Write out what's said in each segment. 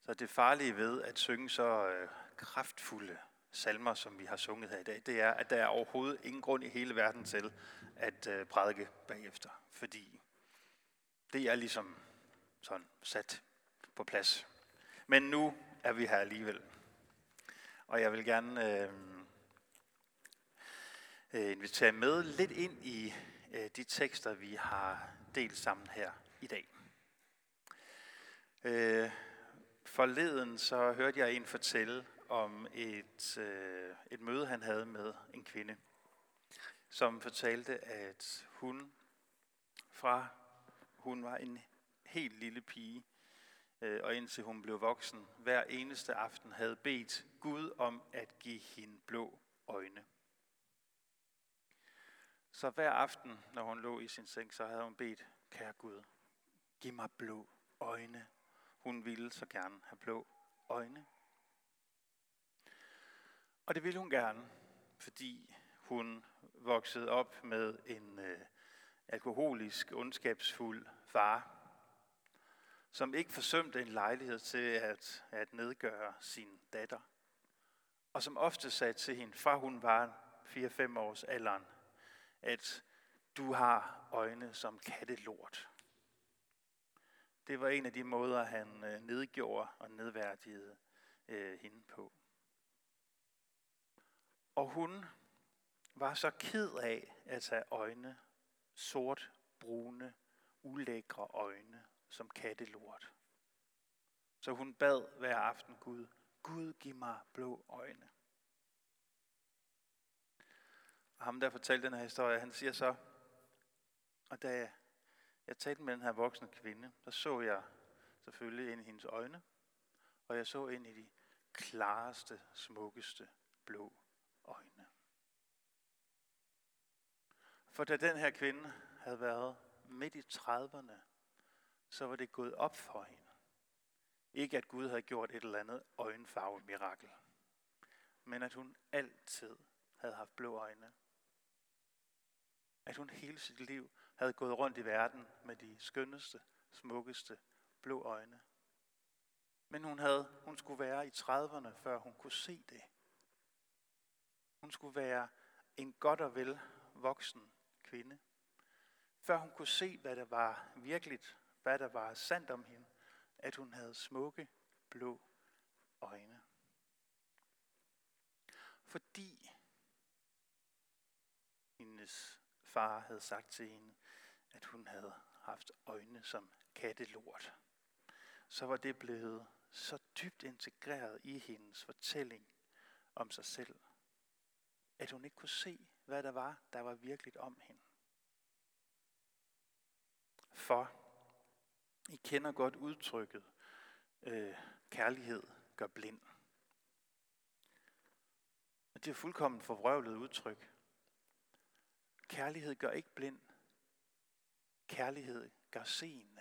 Så det farlige ved at synge så kraftfulde salmer, som vi har sunget her i dag, det er, at der er overhovedet ingen grund i hele verden til at prædike bagefter. Fordi det er ligesom sådan sat på plads. Men nu er vi her alligevel. Og jeg vil gerne invitere med lidt ind i de tekster, vi har delt sammen her i dag. Forleden så hørte jeg en fortælle om et møde, han havde med en kvinde, som fortalte, at hun var en helt lille pige, og indtil hun blev voksen, hver eneste aften havde bedt Gud om at give hende blå øjne. Så hver aften, når hun lå i sin seng, så havde hun bedt, kære Gud, giv mig blå øjne. Hun ville så gerne have blå øjne. Og det ville hun gerne, fordi hun voksede op med en alkoholisk, ondskabsfuld far, som ikke forsømte en lejlighed til at nedgøre sin datter, og som ofte sagde til hende, fra hun var 4-5 års alderen, at du har øjne som kattelort. Det var en af de måder, han nedgjorde og nedværdigede hende på. Og hun var så ked af at have øjne, sort, brune, ulækre øjne som kattelort. Så hun bad hver aften Gud, Gud giv mig blå øjne. Og ham der fortalte den her historie, han siger så, og da jeg talte med den her voksne kvinde, så jeg selvfølgelig ind i hendes øjne, og jeg så ind i de klareste, smukkeste blå øjne. For da den her kvinde havde været midt i 30'erne, så var det gået op for hende. Ikke at Gud havde gjort et eller andet øjenfarve-mirakel, men at hun altid havde haft blå øjne. At hun hele sit liv havde gået rundt i verden med de skønneste, smukkeste blå øjne. Men hun skulle være i 30'erne, før hun kunne se det. Hun skulle være en godt og vel voksen kvinde, før hun kunne se, hvad der var virkeligt, hvad der var sandt om hende, at hun havde smukke, blå øjne. Fordi hendes far havde sagt til hende, at hun havde haft øjne som kattelort, så var det blevet så dybt integreret i hendes fortælling om sig selv, at hun ikke kunne se, hvad der var virkeligt om hende. For I kender godt udtrykket, kærlighed gør blind. Og det er fuldkommen forvrøvlet udtryk. Kærlighed gør ikke blind. Kærlighed gør seende.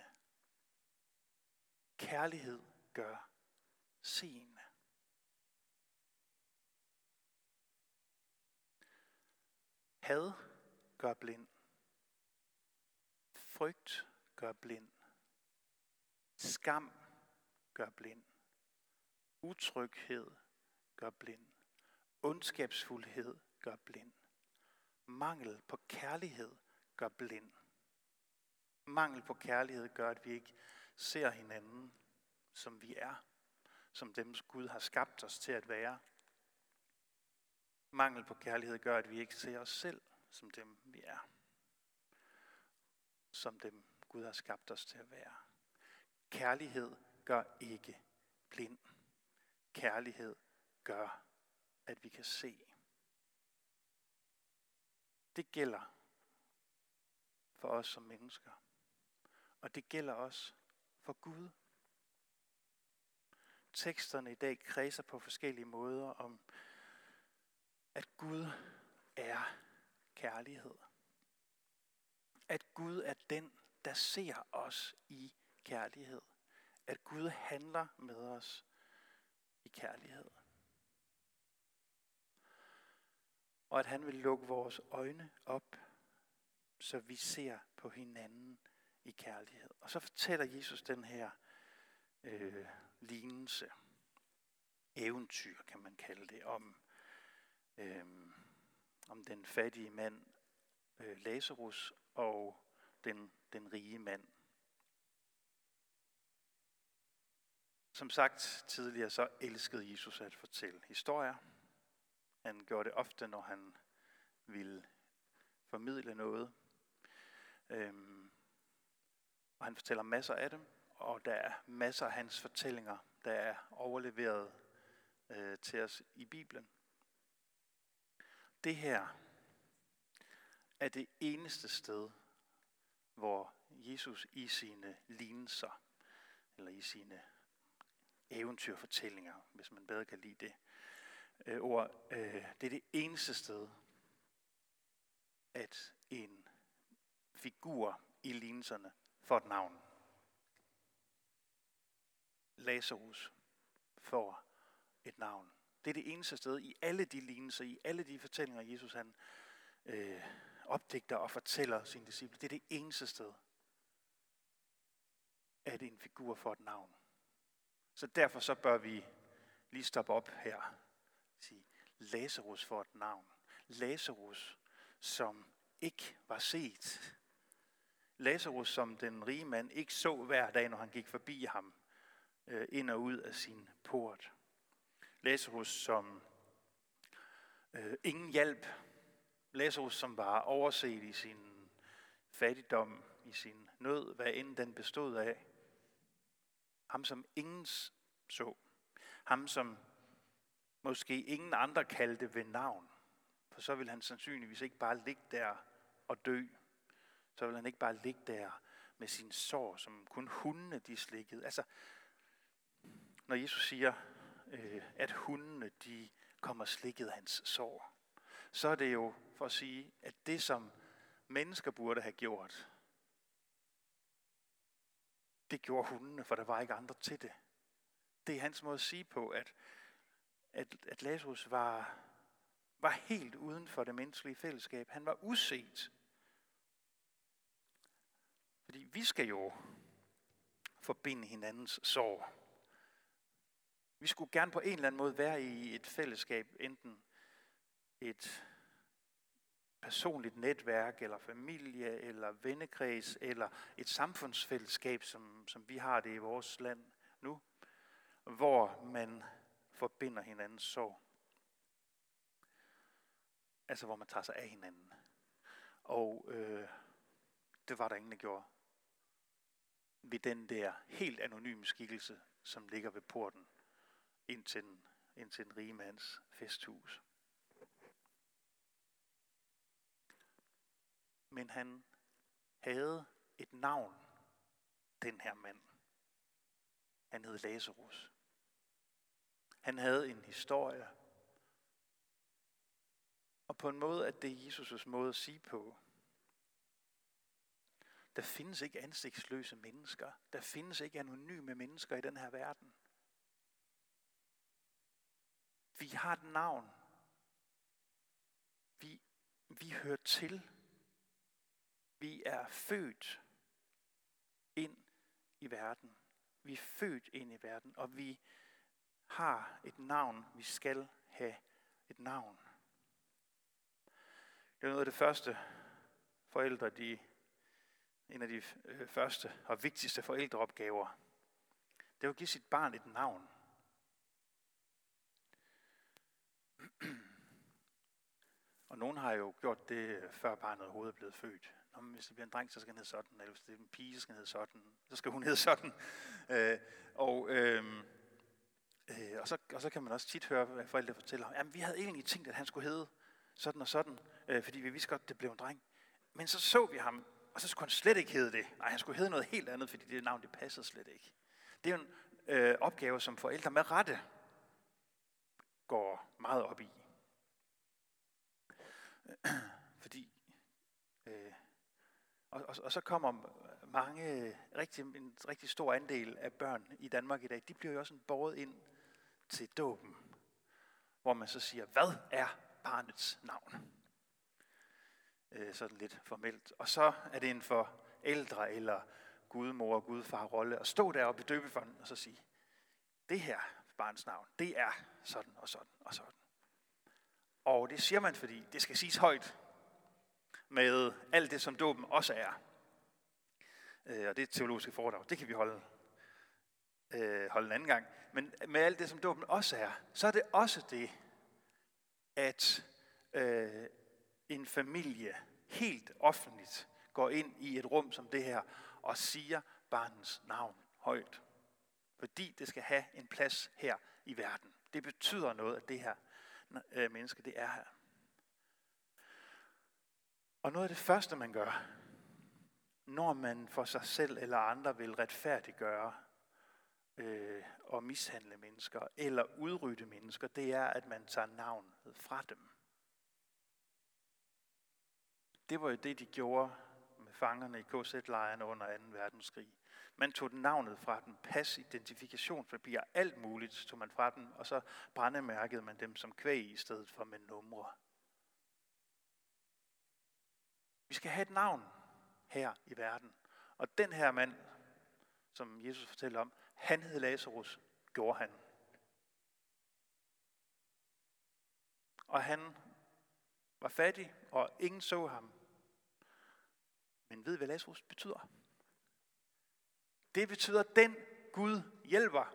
Kærlighed gør seende. Had gør blind. Frygt gør blind. Skam gør blind. Utryghed gør blind. Ondskabsfuldhed gør blind. Mangel på kærlighed gør blind. Mangel på kærlighed gør, at vi ikke ser hinanden, som vi er. Som dem, Gud har skabt os til at være. Mangel på kærlighed gør, at vi ikke ser os selv, som dem vi er. Som dem, Gud har skabt os til at være. Kærlighed gør ikke blind. Kærlighed gør, at vi kan se. Det gælder for os som mennesker. Og det gælder også for Gud. Teksterne i dag kredser på forskellige måder om, at Gud er kærlighed. At Gud er den, der ser os i kærlighed. At Gud handler med os i kærlighed. Og at han vil lukke vores øjne op, så vi ser på hinanden i kærlighed. Og så fortæller Jesus den her lignelse, eventyr kan man kalde det, om den fattige mand Lazarus og den rige mand. Som sagt tidligere, så elskede Jesus at fortælle historier. Han gjorde det ofte, når han ville formidle noget. Og han fortæller masser af dem, og der er masser af hans fortællinger, der er overleveret til os i Bibelen. Det her er det eneste sted, hvor Jesus i sine lignelser, eller i sine eventyrfortællinger, hvis man bedre kan lide det ord, det er det eneste sted, at en figur i lignelserne får et navn. Lazarus får et navn. Det er det eneste sted i alle de lignelser, i alle de fortællinger, Jesus han opdigter og fortæller sine disciple. Det er det eneste sted, at en figur får et navn. Så derfor så bør vi lige stoppe op her og sige, Lazarus får et navn. Lazarus, som ikke var set. Lazarus, som den rige mand ikke så hver dag, når han gik forbi ham, ind og ud af sin port. Lazarus, som ingen hjælp. Lazarus, som var overset i sin fattigdom, i sin nød, hvad end den bestod af. Ham, som ingen så. Ham, som måske ingen andre kaldte ved navn. For så ville han sandsynligvis ikke bare ligge der og dø. Så ville han ikke bare ligge der med sin sår, som kun hundene de slikkede. Altså, når Jesus siger, at hundene de kommer slikket hans sår, så er det jo for at sige, at det som mennesker burde have gjort, det gjorde hundene, for der var ikke andre til det. Det er hans måde at sige på, at Lazarus var helt uden for det menneskelige fællesskab. Han var uset. Fordi vi skal jo forbinde hinandens sorg. Vi skulle gerne på en eller anden måde være i et fællesskab, enten et personligt netværk, eller familie, eller vennekreds, eller et samfundsfællesskab, som vi har det i vores land nu, hvor man forbinder hinandens sorg. Altså hvor man tager sig af hinanden. Og det var der ingen, der gjorde. Ved den der helt anonyme skikkelse, som ligger ved porten ind til den rige mands festhus. Men han havde et navn, den her mand. Han hed Lazarus. Han havde en historie. Og på en måde er det Jesus' måde at sige på. Der findes ikke ansigtsløse mennesker. Der findes ikke anonyme mennesker i den her verden. Vi har et navn. Vi hører til. Vi er født ind i verden. Vi er født ind i verden, og vi har et navn. Vi skal have et navn. Det er noget af det første forældre, en af de første og vigtigste forældreopgaver. Det er at give sit barn et navn. Og nogen har jo gjort det, før barnet overhovedet er blevet født. Hvis det bliver en dreng, så skal han hedde sådan, eller hvis det er en pige, så skal han hedde sådan, så skal hun hedde sådan. Og så kan man også tit høre, hvad forældre fortæller. Jamen, vi havde egentlig tænkt, at han skulle hedde sådan og sådan, fordi vi vidste godt, det blev en dreng. Men så vi ham, og så skulle han slet ikke hedde det. Nej, han skulle hedde noget helt andet, fordi det navn, det passede slet ikke. Det er jo en opgave, som forældre med rette går meget op i. Fordi og så kommer en rigtig stor andel af børn i Danmark i dag, de bliver jo også båret ind til dåben, hvor man så siger, hvad er barnets navn? Sådan lidt formelt. Og så er det en forældre eller gudmor og gudfar rolle at stå deroppe i døbefonden og så sige, det her barns navn, det er sådan og sådan og sådan. Og det siger man, fordi det skal siges højt med alt det, som dåben også er. Og det er teologiske foredrag, det kan vi holde en anden gang. Men med alt det, som dåben også er, så er det også det, at en familie helt offentligt går ind i et rum som det her og siger barnets navn højt. Fordi det skal have en plads her i verden. Det betyder noget, at det her menneske, det er her. Og noget af det første, man gør, når man for sig selv eller andre vil retfærdiggøre og mishandle mennesker eller udrydde mennesker, det er, at man tager navnet fra dem. Det var jo det, de gjorde med fangerne i KZ-lejrene under 2. verdenskrig. Man tog navnet fra dem, pas, identifikationspapir, alt muligt tog man fra dem, og så brændemærkede man dem som kvæg i stedet for med numre. Vi skal have et navn her i verden. Og den her mand, som Jesus fortæller om, han hed Lazarus, gjorde han. Og han var fattig, og ingen så ham. Men ved, hvad Lazarus betyder? Det betyder, at den Gud hjælper.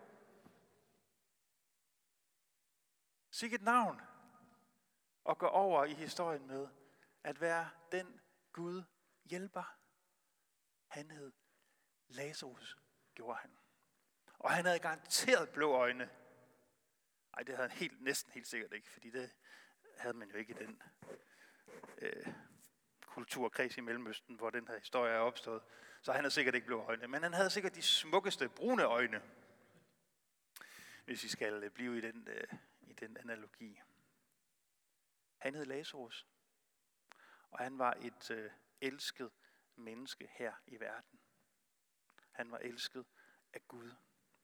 Sig et navn, og gå over i historien med at være den Gud hjælper. Han hed Lazarus, gjorde han. Og han havde garanteret blå øjne. Nej, det havde han næsten helt sikkert ikke, fordi det havde man jo ikke i den kulturkreds i Mellemøsten, hvor den her historie er opstået. Så han havde sikkert ikke blå øjne, men han havde sikkert de smukkeste brune øjne, hvis vi skal blive i den analogi. Han hed Lazarus, og han var et elsket menneske her i verden. Han var elsket af Gud.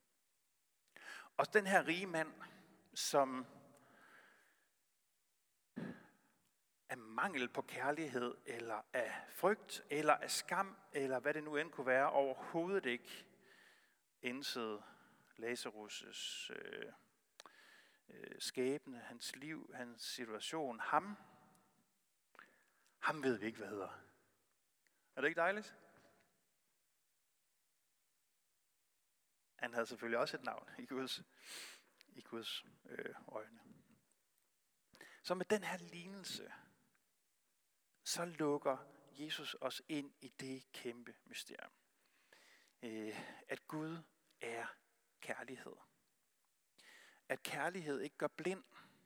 Og den her rige mand, som af mangel på kærlighed, eller af frygt, eller af skam, eller hvad det nu end kunne være, overhovedet ikke indsede Lazarus' skæbne, hans liv, hans situation. Ham ved vi ikke, hvad hedder. Er det ikke dejligt? Han havde selvfølgelig også et navn i Guds øjne. Så med den her lignelse, så lukker Jesus os ind i det kæmpe mysterium. At Gud er kærlighed. At kærlighed ikke gør blind,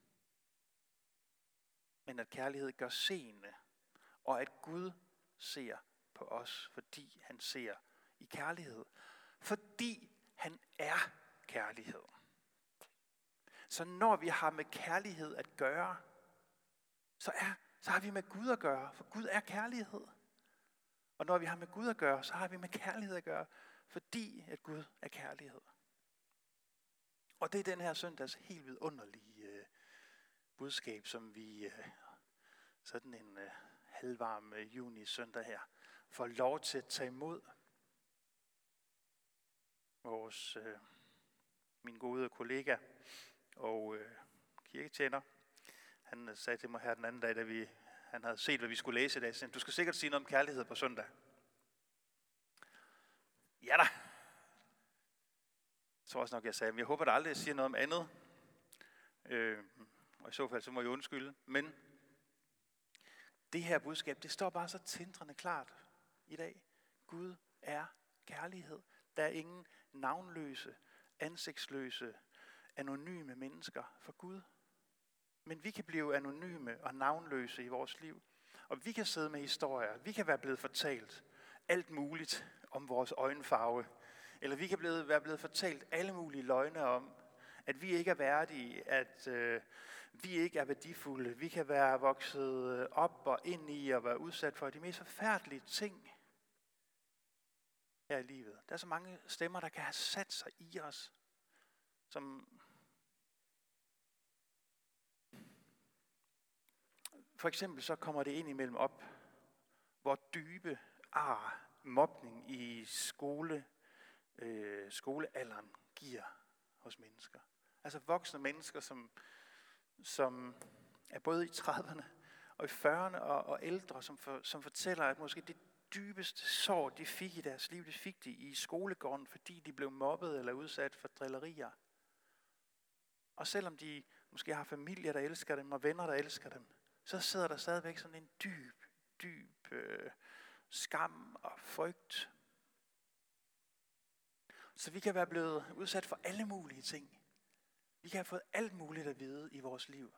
men at kærlighed gør seende. Og at Gud ser på os, fordi han ser i kærlighed. Fordi han er kærlighed. Så når vi har med kærlighed at gøre, så har vi med Gud at gøre, for Gud er kærlighed. Og når vi har med Gud at gøre, så har vi med kærlighed at gøre, fordi at Gud er kærlighed. Og det er den her søndags helt vidunderlige budskab, som vi sådan en halvvarm juni søndag her får lov til at tage imod. Min gode kollega og kirketjener, han sagde til mig her den anden dag, da han havde set, hvad vi skulle læse i dag, sagde, du skal sikkert sige noget om kærlighed på søndag. Ja da. Jeg tror også nok, jeg sagde, men jeg håber da aldrig, jeg siger noget om andet. Og i så fald, så må jeg undskylde. Men det her budskab, det står bare så tindrende klart i dag. Gud er kærlighed. Der er ingen navnløse, ansigtsløse, anonyme mennesker for Gud. Men vi kan blive anonyme og navnløse i vores liv. Og vi kan sidde med historier. Vi kan være blevet fortalt alt muligt om vores øjenfarve. Eller vi kan være blevet fortalt alle mulige løgne om, at vi ikke er værdige, at vi ikke er værdifulde. Vi kan være vokset op og ind i og være udsat for de mest forfærdelige ting her i livet. Der er så mange stemmer, der kan have sat sig i os, som for eksempel så kommer det ind imellem op, hvor dybe mobning i skolealderen giver hos mennesker. Altså voksne mennesker, som er både i 30'erne og i 40'erne og ældre, som fortæller, at måske det dybeste sår, de fik i deres liv, det fik de i skolegården, fordi de blev mobbet eller udsat for drillerier. Og selvom de måske har familier, der elsker dem, og venner, der elsker dem, så sidder der stadigvæk sådan en dyb skam og frygt. Så vi kan være blevet udsat for alle mulige ting. Vi kan have fået alt muligt at vide i vores liv.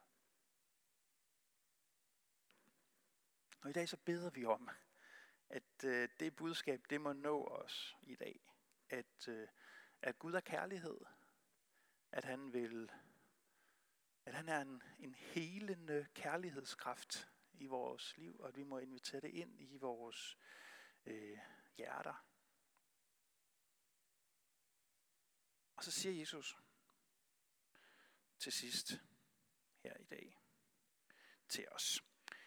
Og i dag så beder vi om, at det budskab, det må nå os i dag. At Gud er kærlighed. At han er en helende kærlighedskraft i vores liv, og at vi må invitere det ind i vores hjerter. Og så siger Jesus til sidst her i dag til os: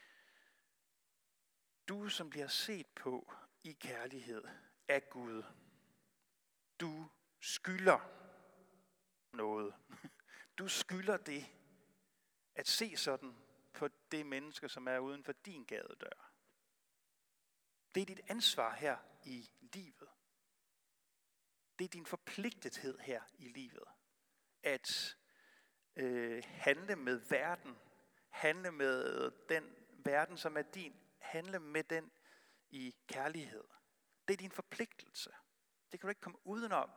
du, som bliver set på i kærlighed af Gud, du skylder noget. Du skylder det at se sådan på det menneske, som er uden for din gadedør. Det er dit ansvar her i livet. Det er din forpligtethed her i livet. At handle med verden. Handle med den verden, som er din. Handle med den i kærlighed. Det er din forpligtelse. Det kan du ikke komme udenom.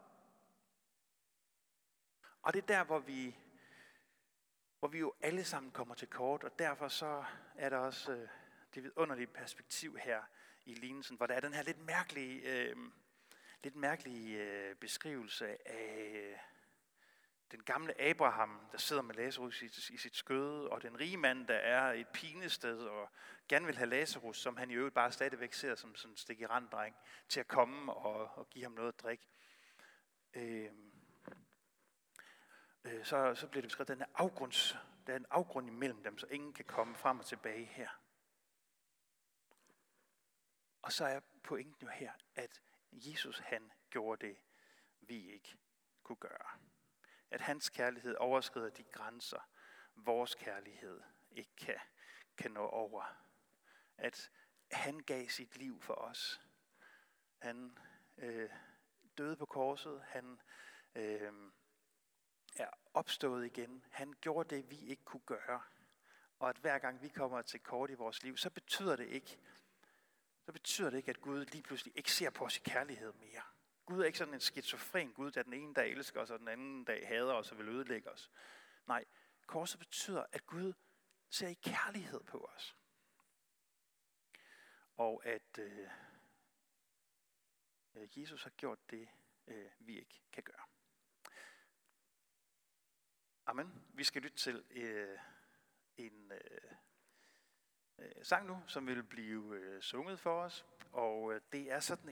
Og det er der, hvor vi jo alle sammen kommer til kort, og derfor så er der også det vidunderlige perspektiv her i lignelsen, hvor der er den her lidt mærkelige beskrivelse af den gamle Abraham, der sidder med Lazarus i sit skøde, og den rige mand, der er i et pinested og gerne vil have Lazarus, som han i øvrigt bare stadigvæk ser som sådan en stik-i-rand-dreng, til at komme og give ham noget at drikke. Så bliver det beskrevet, at der er en afgrund imellem dem, så ingen kan komme frem og tilbage her. Og så er pointen jo her, at Jesus han gjorde det, vi ikke kunne gøre. At hans kærlighed overskrider de grænser, vores kærlighed ikke kan nå over. At han gav sit liv for os. Han døde på korset. Han er opstået igen. Han gjorde det, vi ikke kunne gøre. Og at hver gang vi kommer til kort i vores liv, så betyder det ikke, at Gud lige pludselig ikke ser på os i kærlighed mere. Gud er ikke sådan en skizofren Gud, der den ene dag elsker os, og den anden dag hader os og vil ødelægge os. Nej, korset betyder, at Gud ser i kærlighed på os. Og at Jesus har gjort det, vi ikke kan gøre. Amen. Vi skal lytte til en sang nu, som vil blive sunget for os. Og det er sådan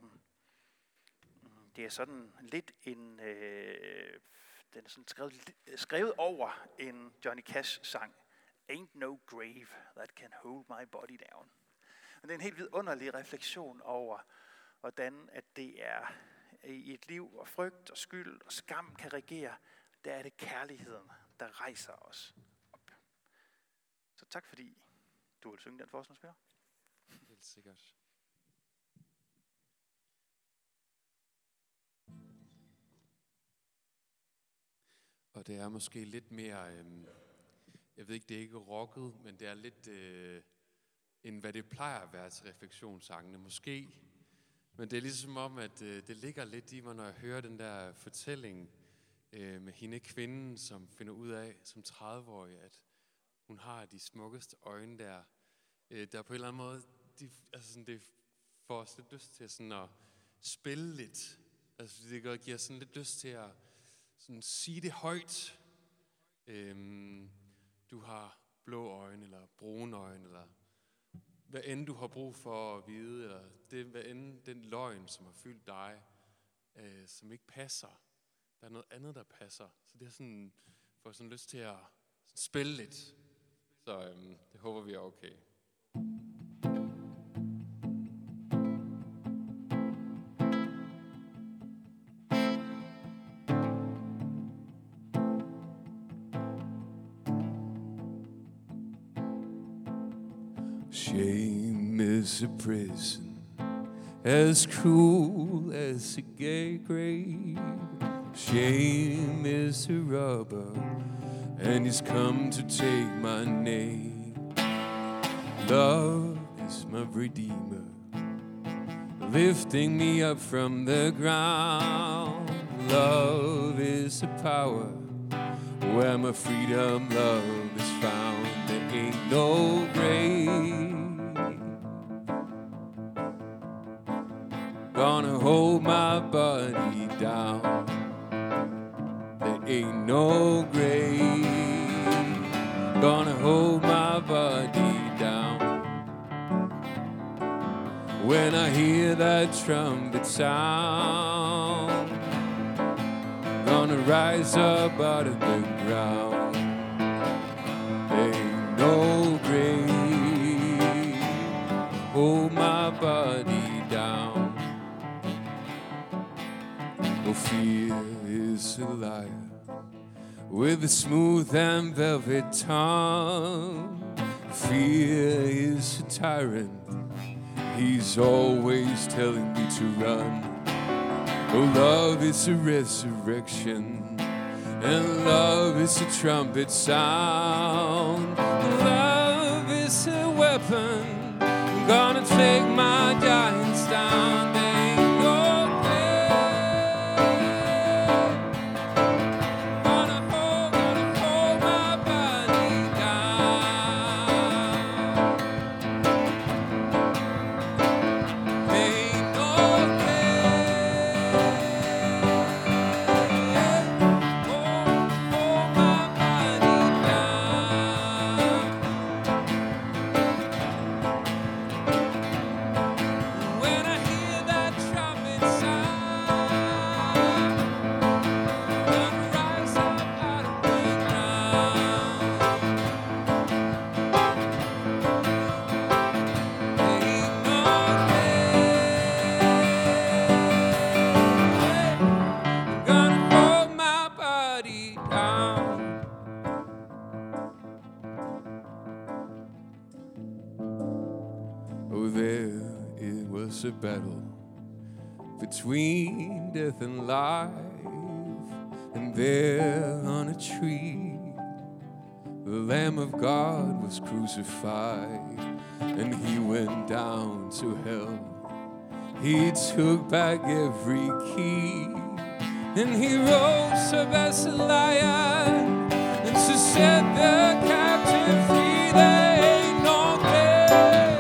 den er sådan skrevet over en Johnny Cash-sang. Ain't no grave that can hold my body down. Men det er en helt vidunderlig refleksion over, hvordan at det er i et liv, hvor frygt og skyld og skam kan regere, der er det kærligheden, der rejser os op. Så tak fordi du vil synge den for os, Mads Peter. Helt sikkert. Og det er måske lidt mere, jeg ved ikke, det er ikke rocket, men det er lidt, end hvad det plejer at være til refleksionssangene, måske. Men det er ligesom om, at det ligger lidt i mig, når jeg hører den der fortælling med hende kvinden, som finder ud af som 30-årig, at hun har de smukkeste øjne der. Der på en eller anden måde, det får os lidt lyst til sådan at spille lidt. Altså det giver sådan lidt lyst til at sådan sige det højt. Du har blå øjne, eller brune øjne, eller hvad end du har brug for at vide, eller hvad end den løgn, som har fyldt dig, som ikke passer. Der er noget andet, der passer. Så det er sådan, får sådan lyst til at spille lidt. Så det håber vi er okay. Shame is a prison as cruel as a gay grave. Shame is a robber, and he's come to take my name. Love is my redeemer, lifting me up from the ground. Love is the power where my freedom, love is found. There ain't no grave gonna hold my body down. There ain't no grave gonna hold my body down. When I hear that trumpet sound, gonna rise up out of the ground. There ain't no grave hold my body down. Oh, fear is a liar with a smooth and velvet tongue. Fear is a tyrant, he's always telling me to run. Oh, love is a resurrection, and love is a trumpet sound. Love is a weapon, gonna take my giants down. There ain't no grave gonna hold my body down. There ain't no a battle between death and life, and there on a tree the Lamb of God was crucified, and he went down to hell. He took back every key, and he rose up as a lion, and to set the captive free. There ain't no grave